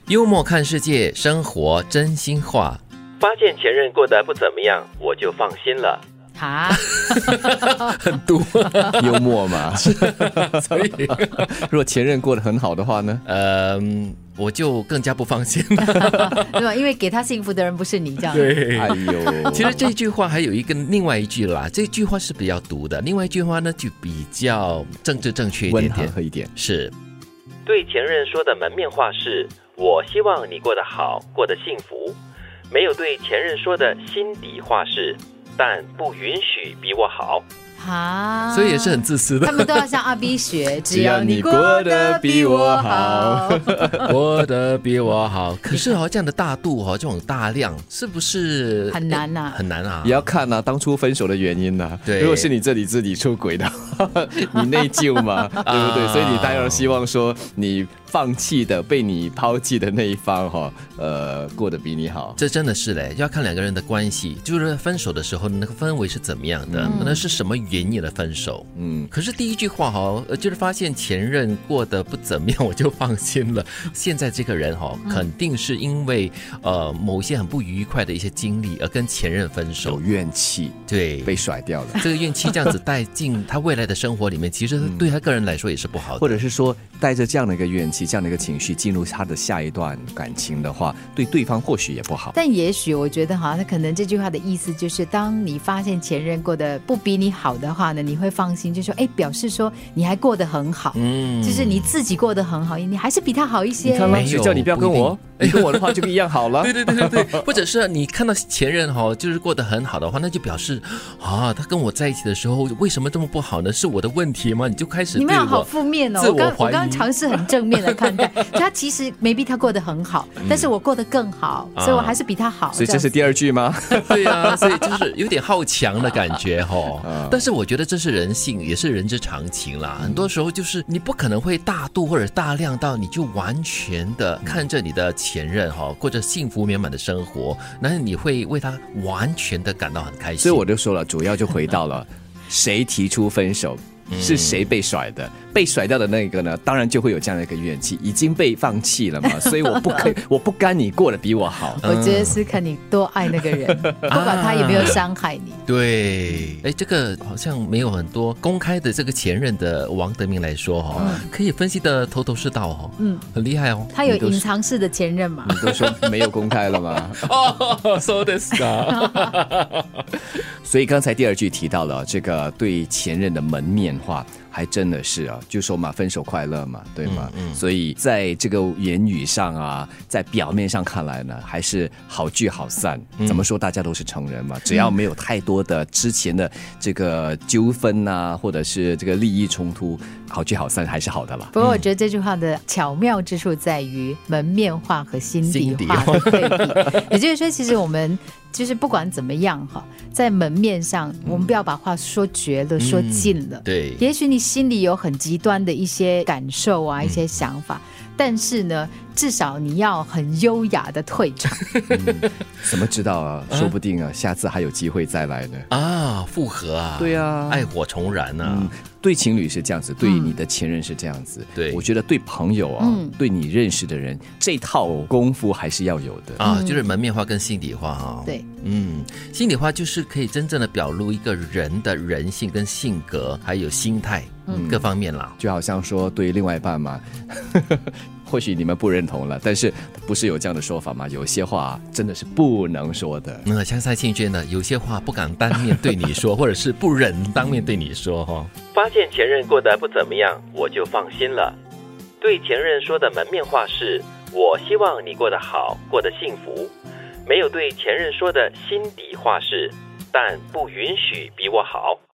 幽默看世界，生活真心话。发现前任过得不怎么样，我就放心了。 哈， 很多幽默嘛。 所以如果前任过得很好的话呢？ 我就更加不放心了。 对吧？因为给他幸福的人不是你，这样。 对， 哎呦， 其实这句话还有另外一句啦，这句话是比较毒的，另外一句话呢就比较政治正确一点点， 温和一点。 是对前任说的门面话是：我希望你过得好，过得幸福。没有对前任说的心底话是：但不允许比我好。 哈， 所以也是很自私的。 他们都要向阿 B 学，只要你过得比我好， 过得比我好。可是这样的大度这种大量，是不是很难啊？ 很难啊！ 也要看当初分手的原因对， 如果是你自己出轨的，你内疚嘛，对不对？所以你当然希望说你放弃的、被你抛弃的那一方过得比你好。 这真的是嘞，要看两个人的关系，就是分手的时候那个氛围是怎么样的，那是什么原因的分手。可是第一句话就是发现前任过得不怎么样，我就放心了。现在这个人肯定是因为某些很不愉快的一些经历而跟前任分手， 有怨气， 对， 被甩掉了。 这个怨气这样子带进他未来的生活里面，其实对他个人来说也是不好的。 或者是说带着这样的一个怨气，这样的一个情绪进入他的下一段感情的话，对对方或许也不好。 但也许我觉得他可能这句话的意思就是，当你发现前任过得不比你好的话呢，你会放心，就说表示说你还过得很好，就是你自己过得很好，你还是比他好一些。 你看吗？谁叫你不要跟我？你跟我的话就一样好了。 对，或者是你看到前任就是过得很好的话，那就表示他跟我在一起的时候为什么这么不好呢？是我的问题吗？你就开始对我你们好负面哦。我刚尝试很正面的看待，他其实maybe他过得很好，但是我过得更好，所以我还是比他好。 所以这是第二句吗？ 对啊，所以就是有点好强的感觉但是我觉得这是人性，也是人之常情啦。很多时候就是你不可能会大度或者大量到你就完全的看着你的前任过着幸福美满的生活，那你会为他完全的感到很开心。 所以我就说了，主要就回到了谁提出分手，是谁被甩的。被甩掉的那个呢，当然就会有这样的一个怨气，已经被放弃了嘛，所以我不甘你过得比我好。 我觉得是看你多爱那个人，不管他有没有伤害你。 对，这个好像没有很多公开的这个前任的王德明来说可以分析的头头是道很厉害他有隐藏式的前任嘛？ 你都说没有公开了吗？ そうですか。 所以刚才第二句提到了这个对前任的门面话，还真的是就说嘛，分手快乐嘛，对吗？所以在这个言语上在表面上看来呢，还是好聚好散。怎么说，大家都是成人嘛，只要没有太多的之前的这个纠纷或者是这个利益冲突，好聚好散还是好的啦。 不过我觉得这句话的巧妙之处在于门面话和心底话的对比。也就是说，其实我们就是不管怎么样在门面上我们不要把话说绝了，说尽了。 对， 也许你心里有很极端的一些感受一些想法，但是呢，至少你要很优雅的退场。 怎么知道说不定下次还有机会再来呢。 复合对爱火重燃对情侣是这样子，对你的前任是这样子。 对， 我觉得对朋友对你认识的人，这套功夫还是要有的就是门面话跟心底话对， 心底话就是可以真正的表露一个人的人性跟性格，还有心态各方面啦。 就好像说对另外一半嘛。或许你们不认同了，但是不是有这样的说法吗？有些话真的是不能说的。 像蔡庆娟呢，有些话不敢当面对你说，或者是不忍当面对你说发现前任过得不怎么样，我就放心了。对前任说的门面话是：我希望你过得好，过得幸福。没有对前任说的心底话是：但不允许比我好。